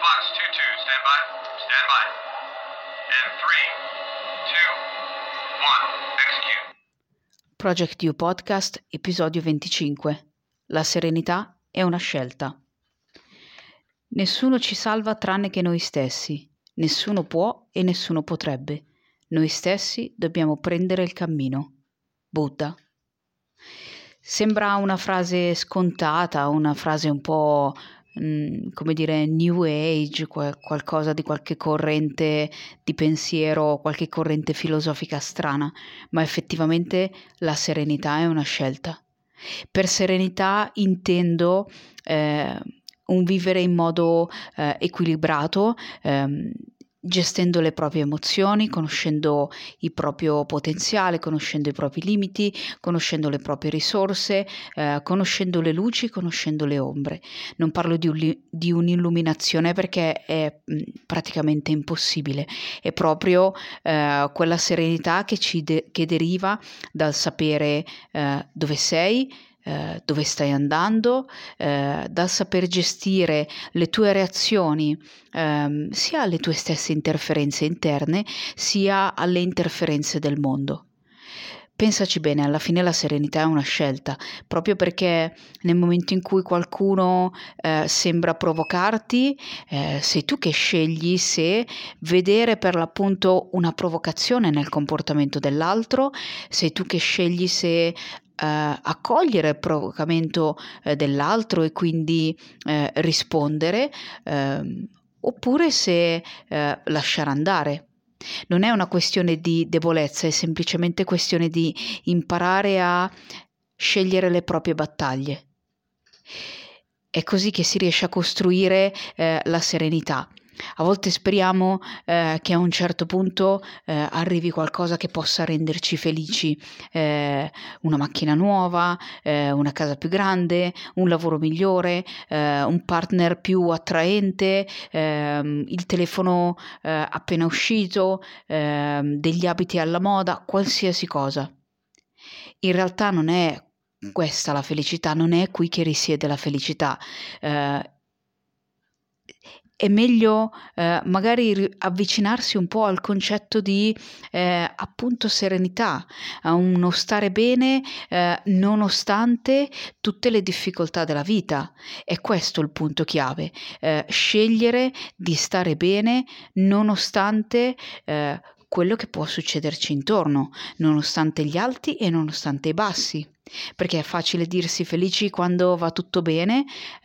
Fox 2-2, stand by. Stand by. And 3, 2, 1, execute. Project You Podcast, episodio 25. La serenità è una scelta. Nessuno ci salva tranne che noi stessi. Nessuno può e nessuno potrebbe. Noi stessi dobbiamo prendere il cammino. Buddha. Sembra una frase scontata, una frase un po', come dire, New Age, qualcosa di qualche corrente di pensiero, qualche corrente filosofica strana, ma effettivamente la serenità è una scelta. Per serenità intendo un vivere in modo equilibrato, gestendo le proprie emozioni, conoscendo il proprio potenziale, conoscendo i propri limiti, conoscendo le proprie risorse, conoscendo le luci, conoscendo le ombre. Non parlo di un'illuminazione perché è praticamente impossibile, è proprio quella serenità che deriva dal sapere dove sei, dove stai andando, dal saper gestire le tue reazioni sia alle tue stesse interferenze interne sia alle interferenze del mondo. Pensaci bene, alla fine la serenità è una scelta, proprio perché nel momento in cui qualcuno sembra provocarti, sei tu che scegli se vedere per l'appunto una provocazione nel comportamento dell'altro, sei tu che scegli se accogliere il provocamento dell'altro e quindi rispondere, oppure se lasciare andare. Non è una questione di debolezza, è semplicemente questione di imparare a scegliere le proprie battaglie. È così che si riesce a costruire la serenità. A volte speriamo che a un certo punto arrivi qualcosa che possa renderci felici, una macchina nuova, una casa più grande, un lavoro migliore, un partner più attraente, il telefono appena uscito, degli abiti alla moda, qualsiasi cosa. In realtà non è questa la felicità, non è qui che risiede la felicità. È meglio magari avvicinarsi un po' al concetto di appunto serenità, a uno stare bene nonostante tutte le difficoltà della vita. È questo il punto chiave, scegliere di stare bene nonostante quello che può succederci intorno, nonostante gli alti e nonostante i bassi. Perché è facile dirsi felici quando va tutto bene,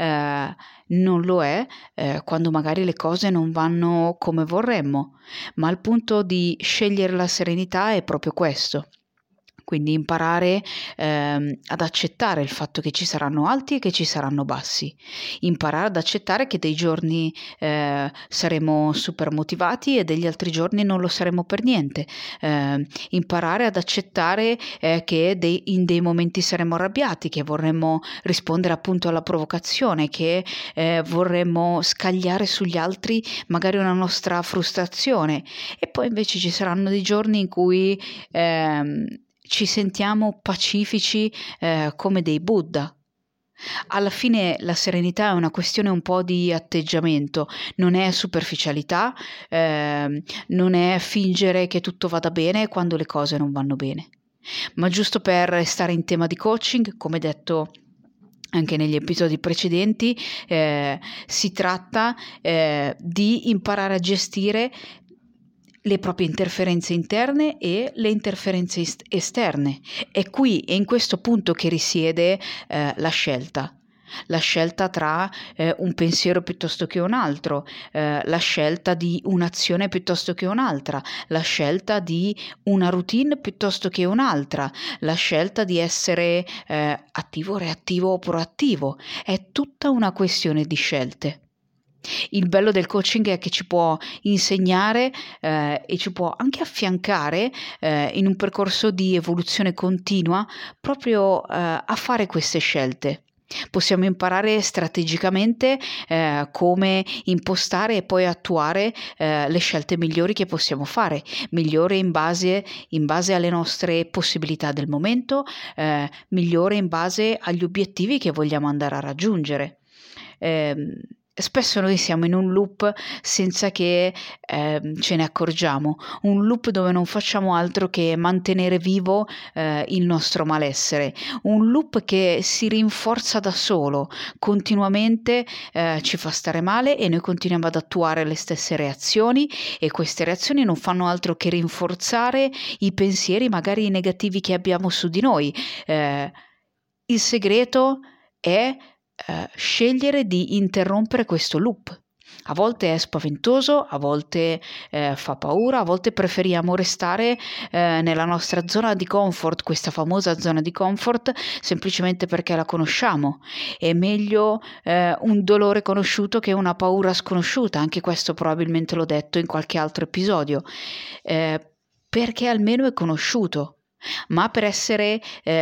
non lo è quando magari le cose non vanno come vorremmo, ma il punto di scegliere la serenità è proprio questo. Quindi imparare ad accettare il fatto che ci saranno alti e che ci saranno bassi, imparare ad accettare che dei giorni saremo super motivati e degli altri giorni non lo saremo per niente, imparare ad accettare che in dei momenti saremo arrabbiati, che vorremmo rispondere appunto alla provocazione, che vorremmo scagliare sugli altri magari una nostra frustrazione, e poi invece ci saranno dei giorni in cui ci sentiamo pacifici come dei Buddha. Alla fine la serenità è una questione un po' di atteggiamento, non è superficialità, non è fingere che tutto vada bene quando le cose non vanno bene. Ma giusto per restare in tema di coaching, come detto anche negli episodi precedenti, si tratta di imparare a gestire le proprie interferenze interne e le interferenze esterne. È qui e in questo punto che risiede la scelta tra un pensiero piuttosto che un altro, la scelta di un'azione piuttosto che un'altra, la scelta di una routine piuttosto che un'altra, la scelta di essere attivo, reattivo o proattivo. È tutta una questione di scelte. Il bello del coaching è che ci può insegnare e ci può anche affiancare in un percorso di evoluzione continua proprio a fare queste scelte. Possiamo imparare strategicamente come impostare e poi attuare le scelte migliori che possiamo fare, migliore in base alle nostre possibilità del momento, migliore in base agli obiettivi che vogliamo andare a raggiungere. spesso noi siamo in un loop senza che ce ne accorgiamo, un loop dove non facciamo altro che mantenere vivo il nostro malessere, un loop che si rinforza da solo, continuamente ci fa stare male e noi continuiamo ad attuare le stesse reazioni e queste reazioni non fanno altro che rinforzare i pensieri magari negativi che abbiamo su di noi. Il segreto è scegliere di interrompere questo loop. A volte è spaventoso, a volte fa paura, a volte preferiamo restare nella nostra zona di comfort, questa famosa zona di comfort, semplicemente perché la conosciamo. È meglio un dolore conosciuto che una paura sconosciuta, anche questo probabilmente l'ho detto in qualche altro episodio, perché almeno è conosciuto. Ma per essere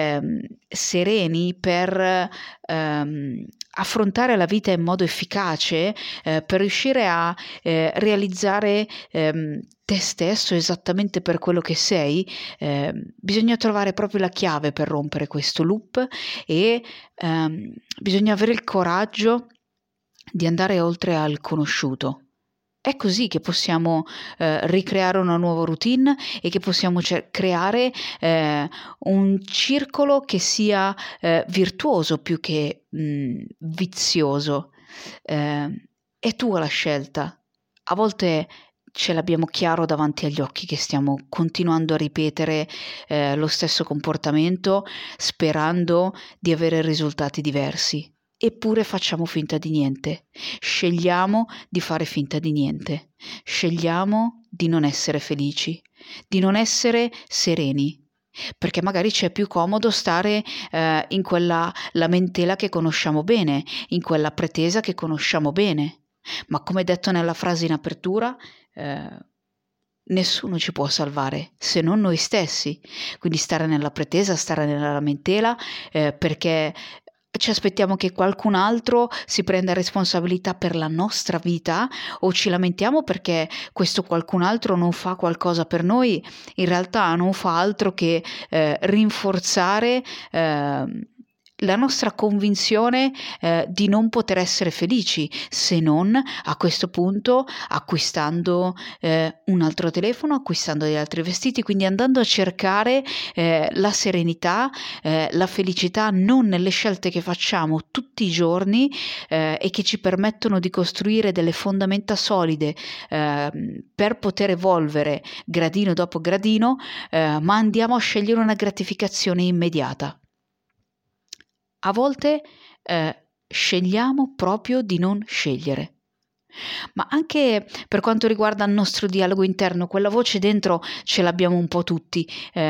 sereni, per affrontare la vita in modo efficace, per riuscire a realizzare te stesso esattamente per quello che sei, bisogna trovare proprio la chiave per rompere questo loop e bisogna avere il coraggio di andare oltre al conosciuto. È così che possiamo ricreare una nuova routine e che possiamo creare un circolo che sia virtuoso più che vizioso. È tua la scelta. A volte ce l'abbiamo chiaro davanti agli occhi che stiamo continuando a ripetere lo stesso comportamento sperando di avere risultati diversi. Eppure facciamo finta di niente. Scegliamo di fare finta di niente. Scegliamo di non essere felici, di non essere sereni, perché magari ci è più comodo stare in quella lamentela che conosciamo bene, in quella pretesa che conosciamo bene. Ma come detto nella frase in apertura, nessuno ci può salvare se non noi stessi. Quindi stare nella pretesa, stare nella lamentela, perché ci aspettiamo che qualcun altro si prenda responsabilità per la nostra vita o ci lamentiamo perché questo qualcun altro non fa qualcosa per noi, in realtà non fa altro che rinforzare la nostra convinzione di non poter essere felici, se non a questo punto acquistando un altro telefono, acquistando degli altri vestiti, quindi andando a cercare la serenità, la felicità non nelle scelte che facciamo tutti i giorni e che ci permettono di costruire delle fondamenta solide per poter evolvere gradino dopo gradino, ma andiamo a scegliere una gratificazione immediata. A volte scegliamo proprio di non scegliere. Ma anche per quanto riguarda il nostro dialogo interno, quella voce dentro ce l'abbiamo un po' tutti.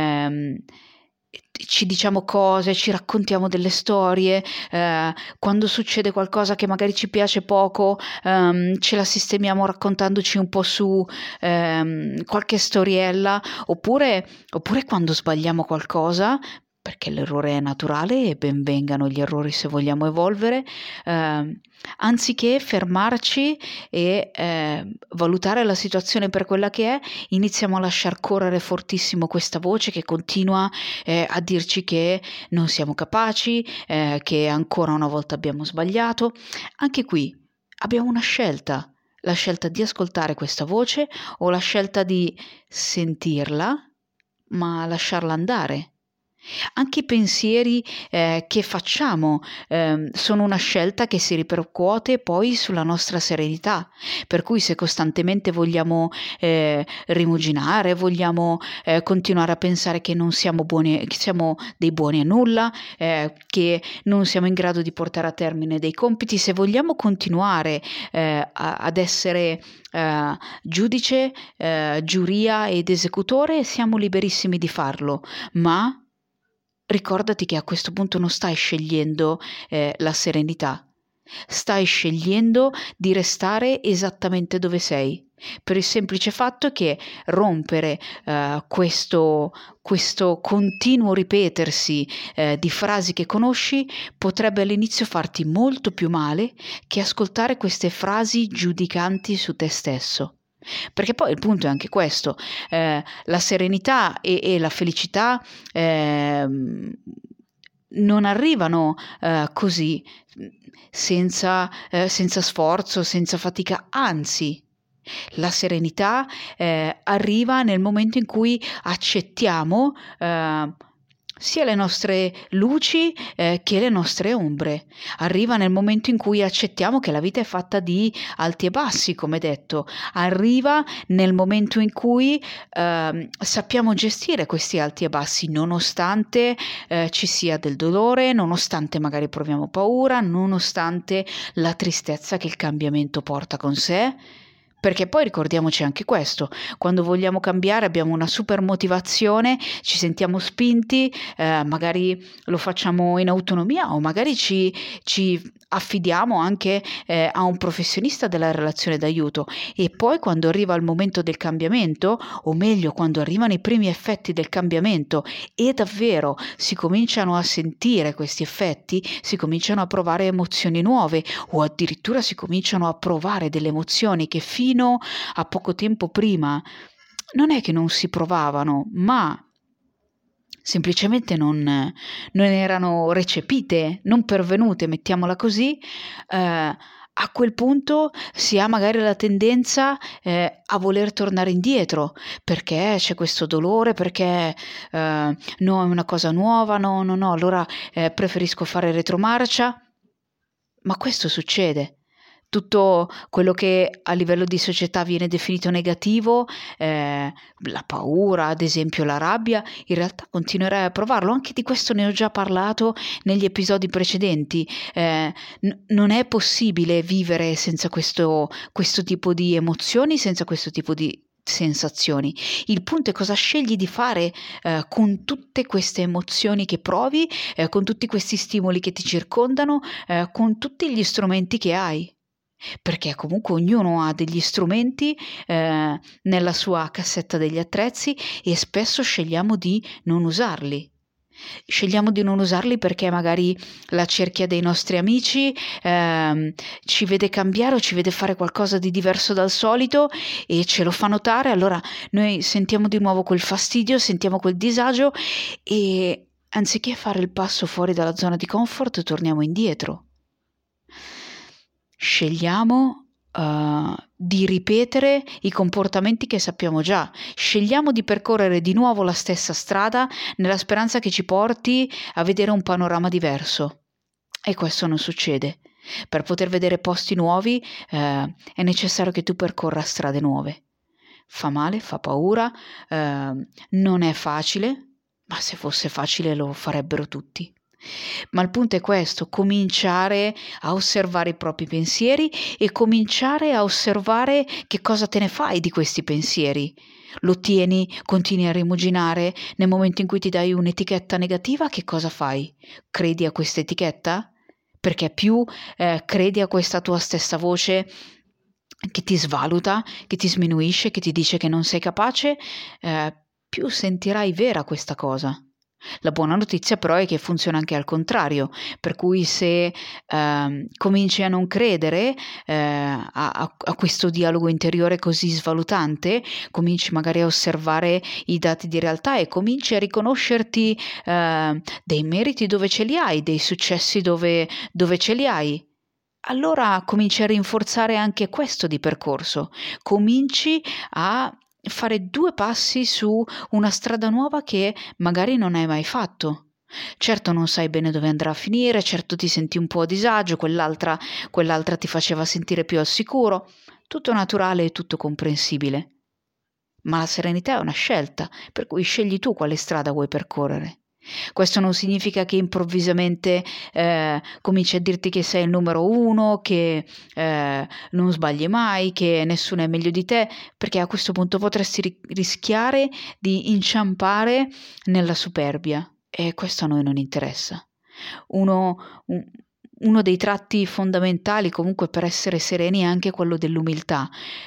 Ci diciamo cose, ci raccontiamo delle storie, quando succede qualcosa che magari ci piace poco, ce la sistemiamo raccontandoci un po' su qualche storiella, oppure quando sbagliamo qualcosa, perché l'errore è naturale e ben vengano gli errori se vogliamo evolvere, anziché fermarci e valutare la situazione per quella che è, iniziamo a lasciar correre fortissimo questa voce che continua a dirci che non siamo capaci, che ancora una volta abbiamo sbagliato. Anche qui abbiamo una scelta, la scelta di ascoltare questa voce o la scelta di sentirla ma lasciarla andare. Anche i pensieri che facciamo sono una scelta che si ripercuote poi sulla nostra serenità, per cui se costantemente vogliamo rimuginare, vogliamo continuare a pensare che non siamo buoni, che siamo dei buoni a nulla, che non siamo in grado di portare a termine dei compiti, se vogliamo continuare ad essere giudice, giuria ed esecutore, siamo liberissimi di farlo, ma ricordati che a questo punto non stai scegliendo la serenità, stai scegliendo di restare esattamente dove sei, per il semplice fatto che rompere questo continuo ripetersi di frasi che conosci potrebbe all'inizio farti molto più male che ascoltare queste frasi giudicanti su te stesso. Perché poi il punto è anche questo, la serenità e la felicità non arrivano così, senza sforzo, senza fatica, anzi. La serenità arriva nel momento in cui accettiamo sia le nostre luci che le nostre ombre. Arriva nel momento in cui accettiamo che la vita è fatta di alti e bassi, come detto. Arriva nel momento in cui sappiamo gestire questi alti e bassi, nonostante ci sia del dolore, nonostante magari proviamo paura, nonostante la tristezza che il cambiamento porta con sé. Perché poi ricordiamoci anche questo, quando vogliamo cambiare abbiamo una super motivazione, ci sentiamo spinti, magari lo facciamo in autonomia o magari ci affidiamo anche a un professionista della relazione d'aiuto, e poi quando arriva il momento del cambiamento, o meglio quando arrivano i primi effetti del cambiamento e davvero si cominciano a sentire questi effetti, si cominciano a provare emozioni nuove o addirittura si cominciano a provare delle emozioni che fino a poco tempo prima non è che non si provavano, ma semplicemente non erano recepite, non pervenute, mettiamola così. A quel punto si ha magari la tendenza a voler tornare indietro perché c'è questo dolore, perché no, è una cosa nuova, no, allora preferisco fare retromarcia. Ma questo succede. Tutto quello che a livello di società viene definito negativo, la paura, ad esempio la rabbia, in realtà continuerai a provarlo. Anche di questo ne ho già parlato negli episodi precedenti. Non è possibile vivere senza questo tipo di emozioni, senza questo tipo di sensazioni. Il punto è cosa scegli di fare con tutte queste emozioni che provi, con tutti questi stimoli che ti circondano, con tutti gli strumenti che hai. Perché comunque ognuno ha degli strumenti nella sua cassetta degli attrezzi e spesso scegliamo di non usarli. Scegliamo di non usarli perché magari la cerchia dei nostri amici ci vede cambiare o ci vede fare qualcosa di diverso dal solito e ce lo fa notare, allora noi sentiamo di nuovo quel fastidio, sentiamo quel disagio e anziché fare il passo fuori dalla zona di comfort torniamo indietro. Scegliamo di ripetere i comportamenti che sappiamo già, scegliamo di percorrere di nuovo la stessa strada nella speranza che ci porti a vedere un panorama diverso. E questo non succede. Per poter vedere posti nuovi è necessario che tu percorra strade nuove. Fa male, fa paura, non è facile, ma se fosse facile lo farebbero tutti. Ma il punto è questo: cominciare a osservare i propri pensieri e cominciare a osservare che cosa te ne fai di questi pensieri. Lo tieni, continui a rimuginare, nel momento in cui ti dai un'etichetta negativa, che cosa fai? Credi a questa etichetta? Perché più credi a questa tua stessa voce che ti svaluta, che ti sminuisce, che ti dice che non sei capace, più sentirai vera questa cosa. La buona notizia però è che funziona anche al contrario, per cui se cominci a non credere a questo dialogo interiore così svalutante, cominci magari a osservare i dati di realtà e cominci a riconoscerti dei meriti dove ce li hai, dei successi dove ce li hai. Allora cominci a rinforzare anche questo di percorso, cominci a fare 2 passi su una strada nuova che magari non hai mai fatto. Certo non sai bene dove andrà a finire, certo ti senti un po' a disagio, quell'altra ti faceva sentire più al sicuro, tutto naturale e tutto comprensibile. Ma la serenità è una scelta, per cui scegli tu quale strada vuoi percorrere. Questo non significa che improvvisamente cominci a dirti che sei il numero 1, che non sbagli mai, che nessuno è meglio di te, perché a questo punto potresti rischiare di inciampare nella superbia e questo a noi non interessa. Uno dei tratti fondamentali comunque per essere sereni è anche quello dell'umiltà.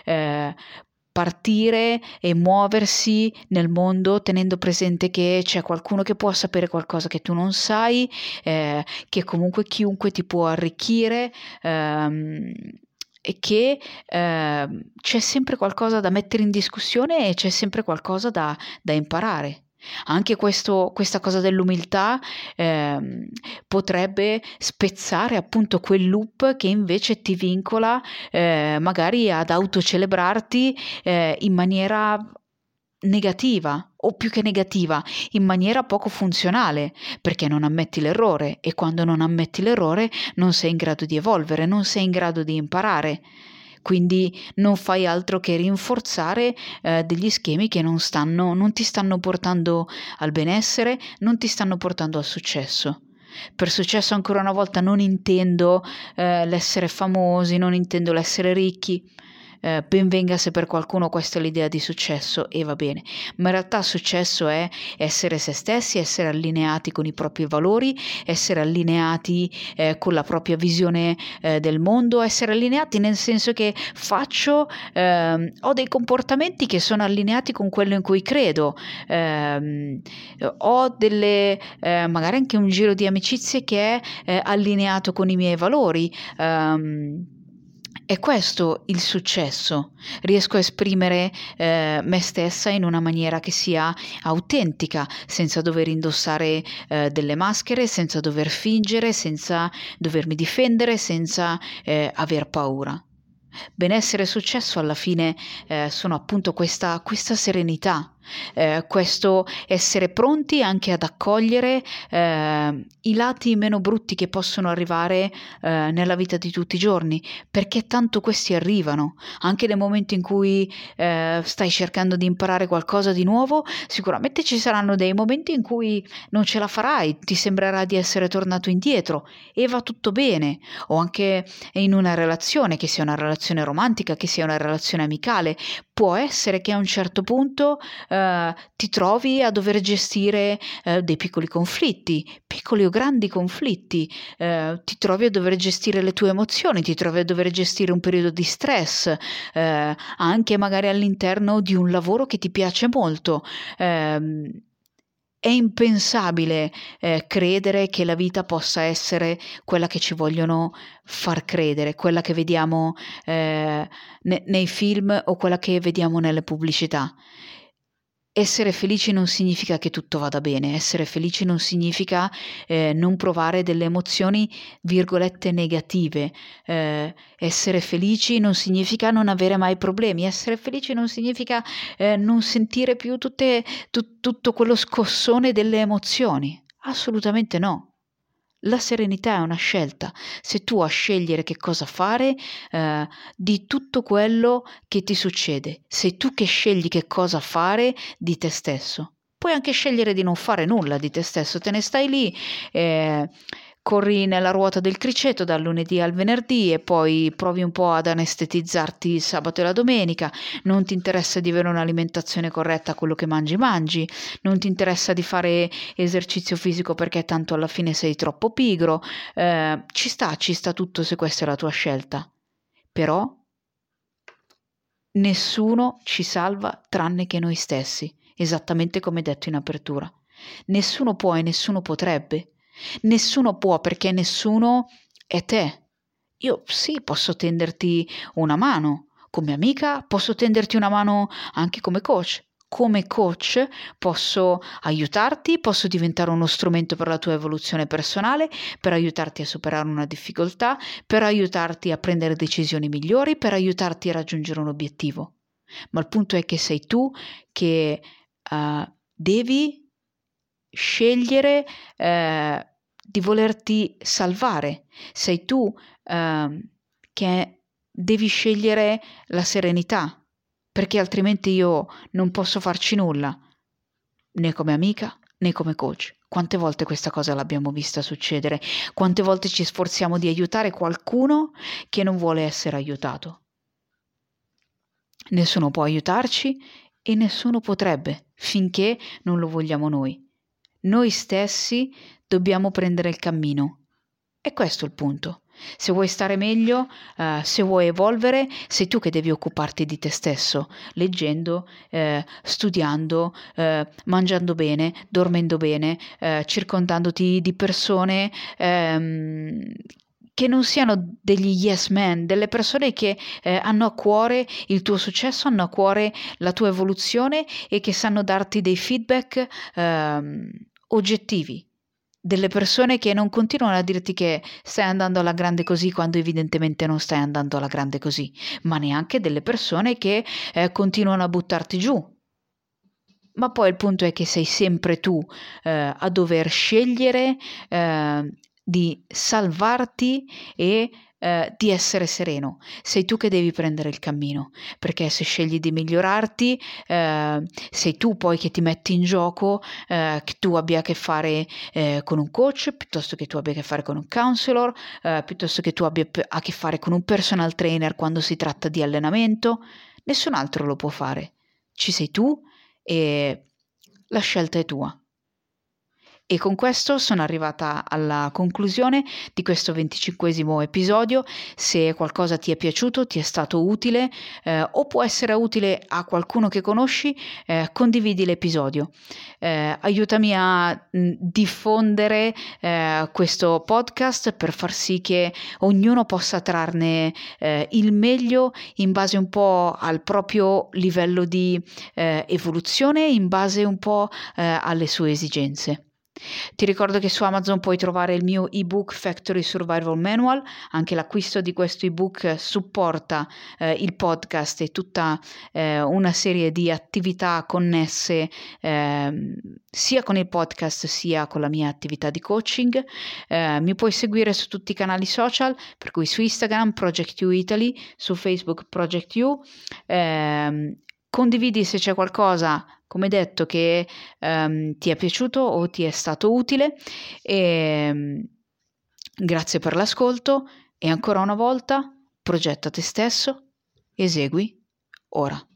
Partire e muoversi nel mondo tenendo presente che c'è qualcuno che può sapere qualcosa che tu non sai, che comunque chiunque ti può arricchire e che c'è sempre qualcosa da mettere in discussione e c'è sempre qualcosa da imparare. Anche questa cosa dell'umiltà potrebbe spezzare appunto quel loop che invece ti vincola magari ad autocelebrarti in maniera negativa o più che negativa, in maniera poco funzionale, perché non ammetti l'errore e quando non ammetti l'errore non sei in grado di evolvere, non sei in grado di imparare. Quindi non fai altro che rinforzare degli schemi che non ti stanno portando al benessere, non ti stanno portando al successo. Per successo ancora una volta non intendo l'essere famosi, non intendo l'essere ricchi. Ben venga se per qualcuno questa è l'idea di successo e va bene, ma in realtà successo è essere se stessi, essere allineati con i propri valori, essere allineati con la propria visione del mondo, essere allineati nel senso che ho dei comportamenti che sono allineati con quello in cui credo, ho magari anche un giro di amicizie che è allineato con i miei valori. È questo il successo. Riesco a esprimere me stessa in una maniera che sia autentica, senza dover indossare delle maschere, senza dover fingere, senza dovermi difendere, senza aver paura. Benessere e successo alla fine sono appunto questa serenità, questo essere pronti anche ad accogliere i lati meno brutti che possono arrivare nella vita di tutti i giorni, perché tanto questi arrivano, anche nel momento in cui stai cercando di imparare qualcosa di nuovo, sicuramente ci saranno dei momenti in cui non ce la farai, ti sembrerà di essere tornato indietro e va tutto bene, o anche in una relazione, che sia una relazione romantica, che sia una relazione amicale, può essere che a un certo punto ti trovi a dover gestire dei piccoli conflitti, piccoli o grandi conflitti, ti trovi a dover gestire le tue emozioni, ti trovi a dover gestire un periodo di stress, anche magari all'interno di un lavoro che ti piace molto. È impensabile credere che la vita possa essere quella che ci vogliono far credere, quella che vediamo nei film o quella che vediamo nelle pubblicità. Essere felici non significa che tutto vada bene, essere felici non significa non provare delle emozioni, virgolette, negative. Essere felici non significa non avere mai problemi, essere felici non significa non sentire più tutto quello scossone delle emozioni. Assolutamente no. La serenità è una scelta. Se tu a scegliere che cosa fare di tutto quello che ti succede, sei tu che scegli che cosa fare di te stesso. Puoi anche scegliere di non fare nulla di te stesso, te ne stai lì, corri nella ruota del criceto dal lunedì al venerdì e poi provi un po' ad anestetizzarti il sabato e la domenica, non ti interessa di avere un'alimentazione corretta, quello che mangi, non ti interessa di fare esercizio fisico perché tanto alla fine sei troppo pigro, ci sta tutto se questa è la tua scelta, però nessuno ci salva tranne che noi stessi, esattamente come detto in apertura. Nessuno può e nessuno potrebbe. Nessuno può perché nessuno è te. Io sì, posso tenderti una mano come amica, posso tenderti una mano anche come coach. Come coach posso aiutarti, posso diventare uno strumento per la tua evoluzione personale, per aiutarti a superare una difficoltà, per aiutarti a prendere decisioni migliori, per aiutarti a raggiungere un obiettivo. Ma il punto è che sei tu che devi scegliere di volerti salvare, sei tu che devi scegliere la serenità, perché altrimenti io non posso farci nulla, né come amica né come coach. Quante volte questa cosa l'abbiamo vista succedere? Quante volte ci sforziamo di aiutare qualcuno che non vuole essere aiutato? Nessuno può aiutarci e nessuno potrebbe finché non lo vogliamo noi. Noi stessi dobbiamo prendere il cammino. E questo è il punto. Se vuoi stare meglio, se vuoi evolvere, sei tu che devi occuparti di te stesso, leggendo, studiando, mangiando bene, dormendo bene, circondandoti di persone che non siano degli yes man, delle persone che hanno a cuore il tuo successo, hanno a cuore la tua evoluzione e che sanno darti dei feedback oggettivi. Delle persone che non continuano a dirti che stai andando alla grande così quando evidentemente non stai andando alla grande così, ma neanche delle persone che continuano a buttarti giù. Ma poi il punto è che sei sempre tu a dover scegliere di salvarti e di essere sereno. Sei tu che devi prendere il cammino, perché se scegli di migliorarti, sei tu poi che ti metti in gioco, che tu abbia a che fare con un coach, piuttosto che tu abbia a che fare con un counselor, piuttosto che tu abbia a che fare con un personal trainer quando si tratta di allenamento. Nessun altro lo può fare. Ci sei tu e la scelta è tua. E con questo sono arrivata alla conclusione di questo 25esimo episodio. Se qualcosa ti è piaciuto, ti è stato utile o può essere utile a qualcuno che conosci, condividi l'episodio. Aiutami a diffondere questo podcast per far sì che ognuno possa trarne il meglio in base un po' al proprio livello di evoluzione, in base un po' alle sue esigenze. Ti ricordo che su Amazon puoi trovare il mio ebook Factory Survival Manual. Anche l'acquisto di questo ebook supporta il podcast e tutta una serie di attività connesse sia con il podcast sia con la mia attività di coaching. Mi puoi seguire su tutti i canali social, per cui su Instagram Project You Italy, su Facebook Project You. Condividi se c'è qualcosa, come detto, che ti è piaciuto o ti è stato utile. E grazie per l'ascolto e ancora una volta progetta te stesso, esegui ora.